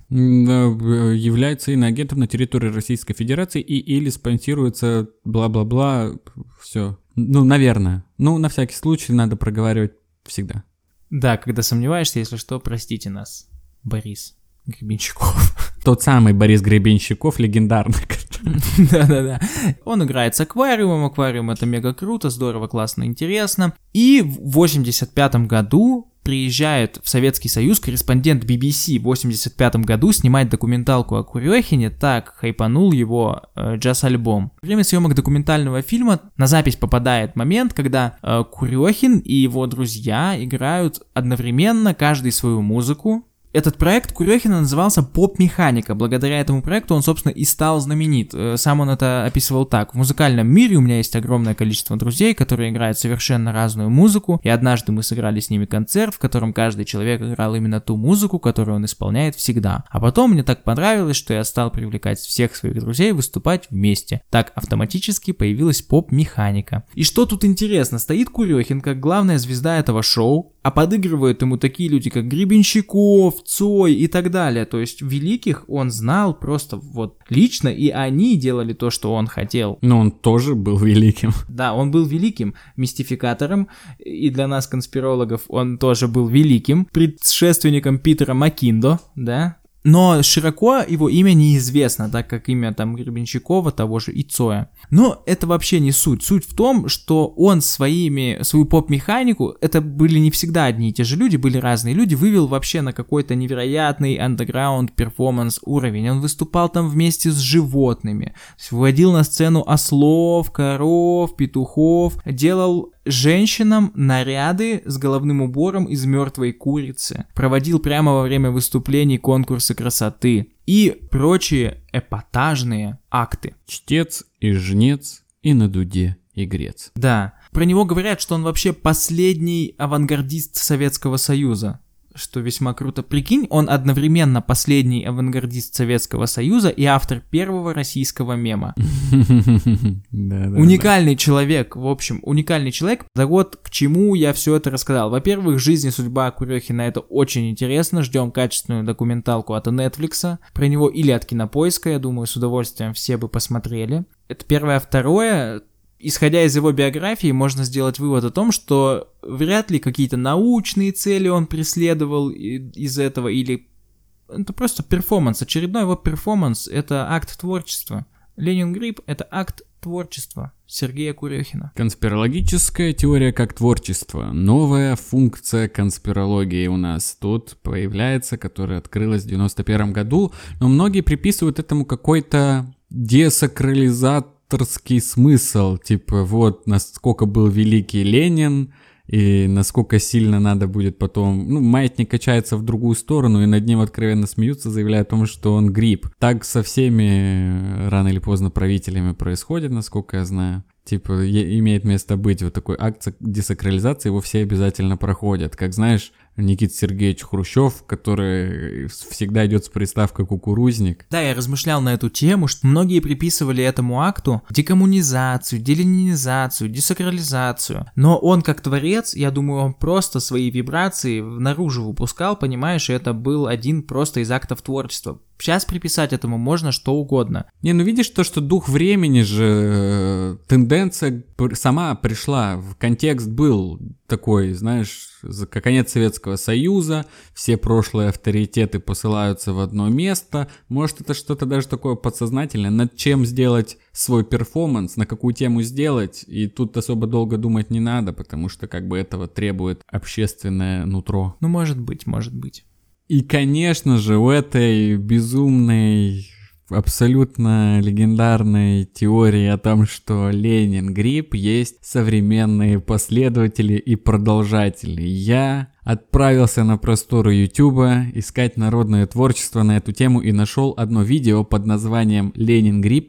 Является иноагентом на территории Российской Федерации или спонсируется бла-бла-бла, все. Ну, наверное. Ну, на всякий случай надо проговаривать всегда. Да, когда сомневаешься, если что, простите нас, Борис Гребенщиков. Тот самый Борис Гребенщиков, легендарный. Да-да-да. Он играет с аквариумом. Аквариум — это мега круто, здорово, классно, интересно. И в 85-м году приезжает в Советский Союз корреспондент BBC в 85 году снимать документалку о Курехине, так хайпанул его джаз-альбом. Во время съемок документального фильма на запись попадает момент, когда Курехин и его друзья играют одновременно, каждый свою музыку. Этот проект Курехина назывался «Поп-механика». Благодаря этому проекту он, собственно, и стал знаменит. Сам он это описывал так: в музыкальном мире у меня есть огромное количество друзей, которые играют совершенно разную музыку, и однажды мы сыграли с ними концерт, в котором каждый человек играл именно ту музыку, которую он исполняет всегда. А потом мне так понравилось, что я стал привлекать всех своих друзей выступать вместе. Так автоматически появилась поп-механика. И что тут интересно, стоит Курехин как главная звезда этого шоу, а подыгрывают ему такие люди, как Гребенщиков, Цой и так далее. То есть великих он знал просто вот лично, и они делали то, что он хотел. Но он тоже был великим. Да, он был великим мистификатором, и для нас, конспирологов, он тоже был великим предшественником Питера Маккиндо, да. Но широко его имя неизвестно, так как имя там Гребенщикова, того же и Цоя. Но это вообще не суть. Суть в том, что он свою поп-механику, это были не всегда одни и те же люди, были разные люди, вывел вообще на какой-то невероятный андеграунд перформанс уровень. Он выступал там вместе с животными, выводил на сцену ослов, коров, петухов, делал женщинам наряды с головным убором из мертвой курицы, проводил прямо во время выступлений конкурсы красоты и прочие эпатажные акты. Чтец и жнец, и на дуде игрец. Да, про него говорят, что он вообще последний авангардист Советского Союза. Что весьма круто. Прикинь, он одновременно последний авангардист Советского Союза и автор первого российского мема. Уникальный человек, в общем, уникальный человек. Да вот к чему я все это рассказал. Во-первых, жизнь и судьба Курехина — это очень интересно. Ждем качественную документалку от Netflix про него или от Кинопоиска. Я думаю, с удовольствием все бы посмотрели. Это первое. Второе, исходя из его биографии, можно сделать вывод о том, что вряд ли какие-то научные цели он преследовал из этого, или это просто перформанс. Очередной его перформанс — это акт творчества. Ленингрипп — это акт творчества Сергея Курехина. Конспирологическая теория как творчество. Новая функция конспирологии у нас тут появляется, которая открылась в 91 году, но многие приписывают этому какой-то десакрализаторский смысл, типа вот насколько был великий Ленин, и насколько сильно надо будет потом... маятник качается в другую сторону, и над ним откровенно смеются, заявляя о том, что он гриб. Так со всеми рано или поздно правителями происходит, насколько я знаю. Типа, имеет место быть вот такой акт десакрализации, его все обязательно проходят. Как знаешь, Никита Сергеевич Хрущев, который всегда идет с приставкой «кукурузник». Да, я размышлял на эту тему, что многие приписывали этому акту декоммунизацию, деленинизацию, десакрализацию. Но он как творец, я думаю, он просто свои вибрации наружу выпускал, понимаешь, и это был один просто из актов творчества. Сейчас приписать этому можно что угодно. Видишь то, что дух времени же, тенденция сама пришла, контекст был такой, знаешь, конец Советского Союза, все прошлые авторитеты посылаются в одно место, может это что-то даже такое подсознательное, над чем сделать свой перформанс, на какую тему сделать, и тут особо долго думать не надо, потому что как бы этого требует общественное нутро. Может быть. И, конечно же, у этой безумной, абсолютно легендарной теории о том, что Ленин гриб, есть современные последователи и продолжатели. Я отправился на просторы Ютуба искать народное творчество на эту тему и нашел одно видео под названием «Ленин гриб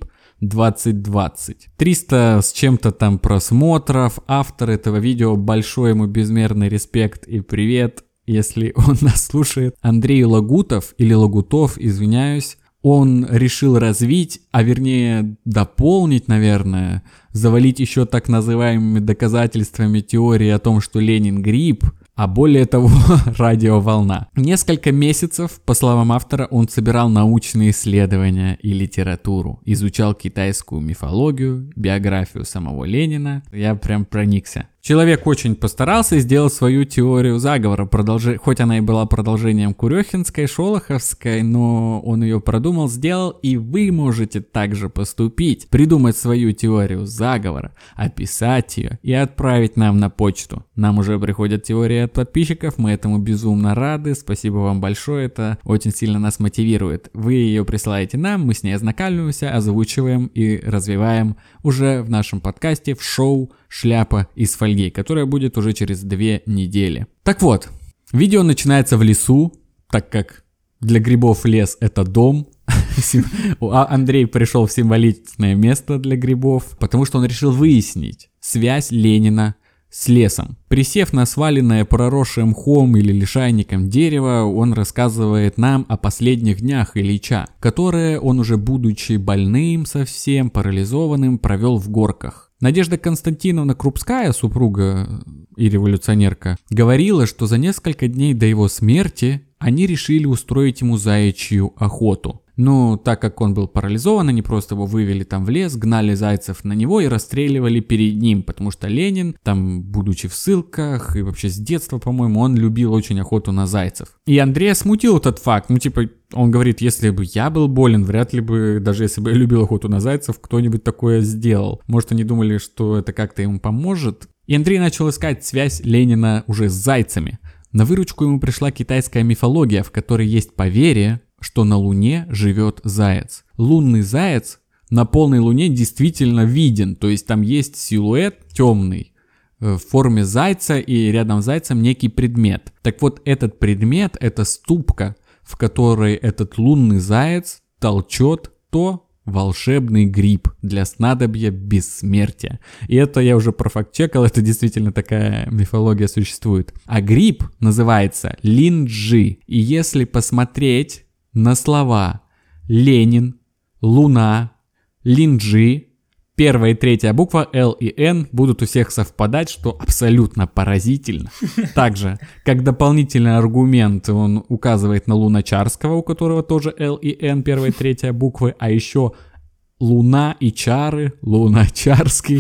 2020». 300 с чем-то там просмотров. Автор этого видео, большой ему безмерный респект и привет, если он нас слушает. Андрей Лагутов, или Лагутов, извиняюсь, он решил развить, а вернее дополнить, наверное, завалить еще так называемыми доказательствами теории о том, что Ленин гриб, а более того, радиоволна. Несколько месяцев, по словам автора, он собирал научные исследования и литературу, изучал китайскую мифологию, биографию самого Ленина. Я прям проникся. Человек очень постарался и сделал свою теорию заговора, хоть она и была продолжением Курехинской, Шолоховской, но он ее продумал, сделал, и вы можете также поступить, придумать свою теорию заговора, описать ее и отправить нам на почту. Нам уже приходят теории от подписчиков, мы этому безумно рады, спасибо вам большое, это очень сильно нас мотивирует. Вы ее присылаете нам, мы с ней ознакомимся, озвучиваем и развиваем уже в нашем подкасте, в шоу «Шляпа из фольги», которая будет уже через 2 недели. Так вот, видео начинается в лесу, так как для грибов лес — это дом. Андрей пришел в символичное место для грибов, потому что он решил выяснить связь Ленина с лесом. Присев на сваленное проросшее мхом или лишайником дерево, он рассказывает нам о последних днях Ильича, которые он уже будучи больным совсем, парализованным, провел в горках. Надежда Константиновна Крупская, супруга и революционерка, говорила, что за несколько дней до его смерти они решили устроить ему заячью охоту. Но так как он был парализован, они просто его вывели там в лес, гнали зайцев на него и расстреливали перед ним, потому что Ленин, там, будучи в ссылках и вообще с детства, по-моему, он любил очень охоту на зайцев. И Андрея смутил этот факт, Он говорит, если бы я был болен, вряд ли бы, даже если бы я любил охоту на зайцев, кто-нибудь такое сделал. Может, они думали, что это как-то ему поможет. И Андрей начал искать связь Ленина уже с зайцами. На выручку ему пришла китайская мифология, в которой есть поверье, что на Луне живет заяц. Лунный заяц на полной Луне действительно виден, то есть там есть силуэт темный в форме зайца, и рядом с зайцем некий предмет. Так вот, этот предмет — это ступка, в которой этот лунный заяц толчет волшебный гриб для снадобья бессмертия. И это я уже профактчекал, это действительно такая мифология существует. А гриб называется линджи. И если посмотреть на слова Ленин, Луна, линджи, первая и третья буква Л и Н будут у всех совпадать, что абсолютно поразительно. Также, как дополнительный аргумент, он указывает на Луначарского, у которого тоже Л и Н, первая и третья буквы, а еще Луна и Чары, Луначарский.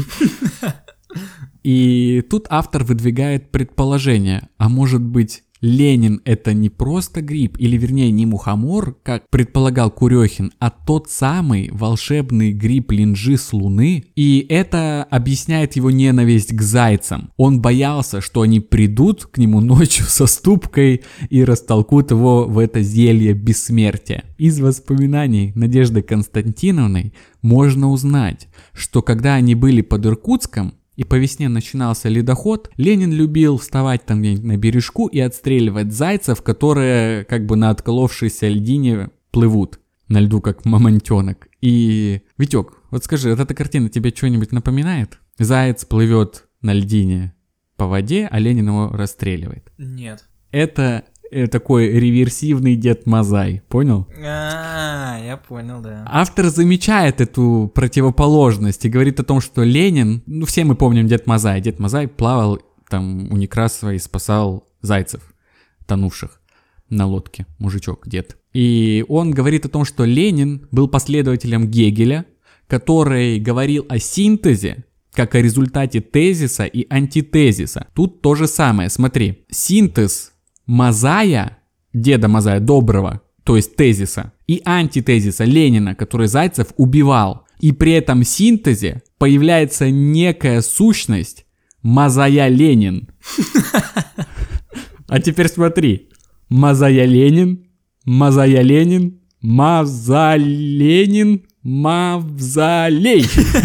И тут автор выдвигает предположение, а может быть, Ленин — это не просто гриб, или вернее не мухомор, как предполагал Курехин, а тот самый волшебный гриб линджи с Луны, и это объясняет его ненависть к зайцам. Он боялся, что они придут к нему ночью со ступкой и растолкут его в это зелье бессмертия. Из воспоминаний Надежды Константиновны можно узнать, что когда они были под Иркутском, и по весне начинался ледоход, Ленин любил вставать там где-нибудь на бережку и отстреливать зайцев, которые как бы на отколовшейся льдине плывут на льду, как мамонтенок. И, Витек, вот скажи, вот эта картина тебе что-нибудь напоминает? Заяц плывет на льдине по воде, а Ленин его расстреливает. Нет. Это такой реверсивный Дед Мазай, понял? Я понял, да. Автор замечает эту противоположность и говорит о том, что Ленин, все мы помним Дед Мазай. Дед Мазай плавал там у Некрасова и спасал зайцев, тонувших на лодке, мужичок, дед. И он говорит о том, что Ленин был последователем Гегеля, который говорил о синтезе, как о результате тезиса и антитезиса. Тут то же самое, смотри, синтез Мазая, деда Мазая доброго, то есть тезиса, и антитезиса Ленина, который зайцев убивал. И при этом синтезе появляется некая сущность Мазая Ленин. А теперь смотри. Мазая Ленин, Мазая Ленин, Мазаленин, Мавзолей.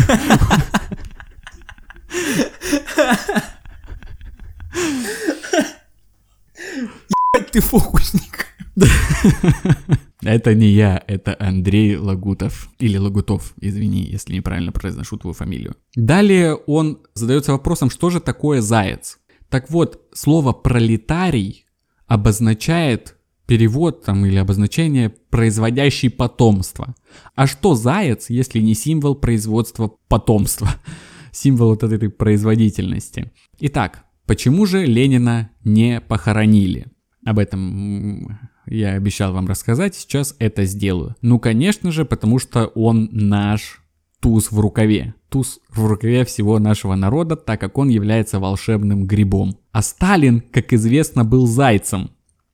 Ты фокусник. Это не я, это Андрей Лагутов. Или Лагутов, извини, если неправильно произношу твою фамилию. Далее он задается вопросом, что же такое заяц? Так вот, слово «пролетарий» обозначает перевод там, или обозначение «производящий потомство». А что заяц, если не символ производства потомства? Символ вот этой производительности. Итак, почему же Ленина не похоронили? Об этом я обещал вам рассказать, сейчас это сделаю. Ну, конечно же, потому что он наш туз в рукаве. Туз в рукаве всего нашего народа, так как он является волшебным грибом. А Сталин, как известно, был зайцем.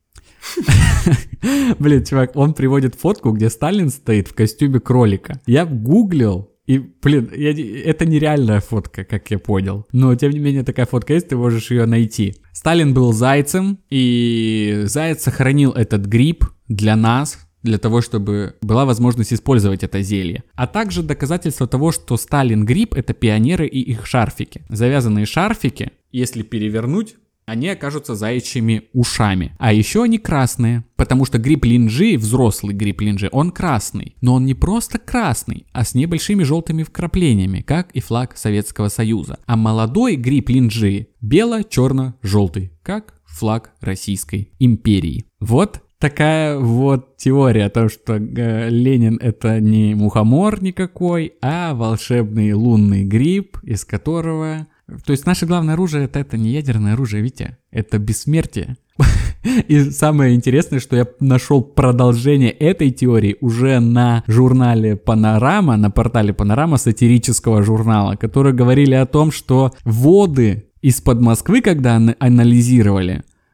Блин, чувак, он приводит фотку, где Сталин стоит в костюме кролика. Я гуглил. И, блин, это нереальная фотка, как я понял. Но, тем не менее, такая фотка есть, ты можешь ее найти. Сталин был зайцем, и заяц сохранил этот гриб для нас, для того, чтобы была возможность использовать это зелье. А также доказательство того, что Сталин гриб — это пионеры и их шарфики. Завязанные шарфики, если перевернуть, они окажутся заячьими ушами. А еще они красные, потому что гриб линджи, взрослый гриб линджи, он красный. Но он не просто красный, а с небольшими желтыми вкраплениями, как и флаг Советского Союза. А молодой гриб линджи бело-черно-желтый, как флаг Российской империи. Вот такая вот теория о том, что Ленин — это не мухомор никакой, а волшебный лунный гриб, из которого... То есть наше главное оружие это не ядерное оружие, Витя, это бессмертие. И самое интересное, что я нашел продолжение этой теории уже на журнале Панорама, на портале Панорама, сатирического журнала, которые говорили о том, что воды из-под Москвы, когда анализировали,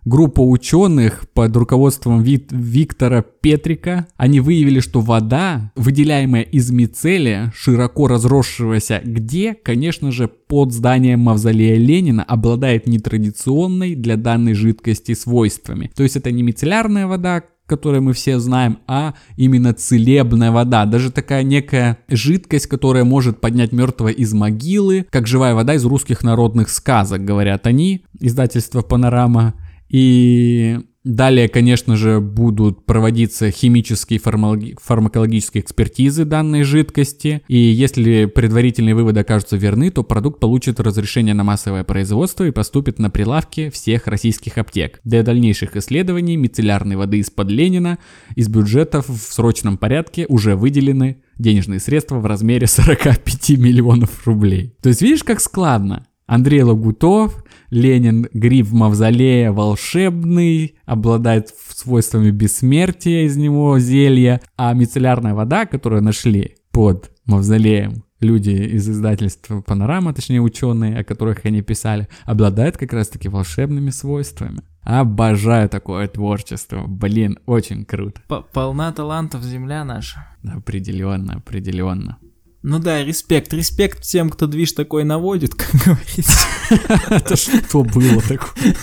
группа ученых под руководством Виктора Петрика, они выявили, что вода, выделяемая из мицелия, широко разросшегося где, конечно же, под зданием мавзолея Ленина, обладает нетрадиционной для данной жидкости свойствами. То есть это не мицеллярная вода, которую мы все знаем, а именно целебная вода. Даже такая некая жидкость, которая может поднять мертвого из могилы, как живая вода из русских народных сказок, говорят они, издательство «Панорама». И далее, конечно же, будут проводиться химические и фармакологические экспертизы данной жидкости. И если предварительные выводы окажутся верны, то продукт получит разрешение на массовое производство и поступит на прилавки всех российских аптек. Для дальнейших исследований мицеллярной воды из-под Ленина из бюджетов в срочном порядке уже выделены денежные средства в размере 45 миллионов рублей. То есть видишь, как складно? Андрей Лагутов, Ленин, гриб в мавзолее волшебный, обладает свойствами бессмертия из него зелья, а мицеллярная вода, которую нашли под мавзолеем люди из издательства «Панорама», точнее ученые, о которых они писали, обладает как раз-таки волшебными свойствами. Обожаю такое творчество, блин, очень круто. Полна талантов земля наша. Определенно, определенно. Ну да, респект всем, кто движ такой наводит, как говорится. Это что было такое?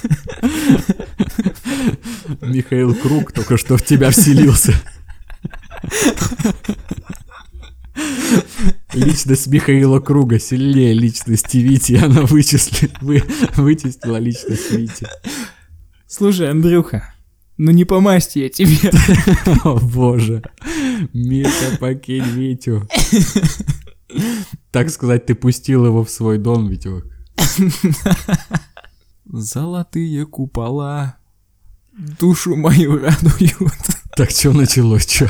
Михаил Круг только что в тебя вселился. Личность Михаила Круга сильнее личности Вити, она вычислила личность Вити. Слушай, Андрюха, ну не по масти я тебе. О боже, Миша, покинь Витю. Так сказать, ты пустил его в свой дом, Витек. Золотые купола душу мою радуют. Так что началось, чё?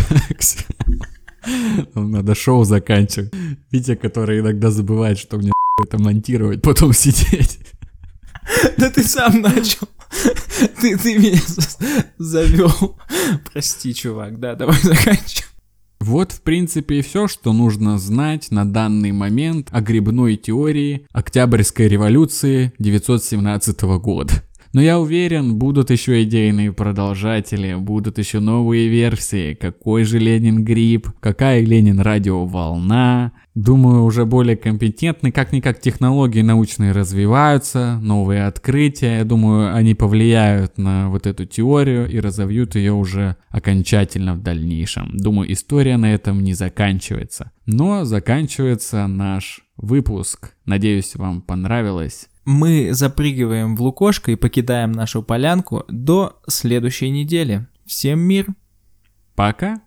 Надо шоу заканчивать. Витя, который иногда забывает, что мне это монтировать, потом сидеть. Да ты сам начал. Ты меня завел. Прости, чувак, да, давай заканчивай. Вот, в принципе, и все, что нужно знать на данный момент о грибной теории Октябрьской революции 1917 года. Но я уверен, будут еще идейные продолжатели, будут еще новые версии, какой же Ленин гриб, какая Ленин радиоволна. Думаю, уже более компетентны, как-никак технологии научные развиваются, новые открытия. Я думаю, они повлияют на вот эту теорию и разовьют ее уже окончательно в дальнейшем. Думаю, история на этом не заканчивается. Но заканчивается наш выпуск. Надеюсь, вам понравилось. Мы запрыгиваем в лукошко и покидаем нашу полянку до следующей недели. Всем мир! Пока!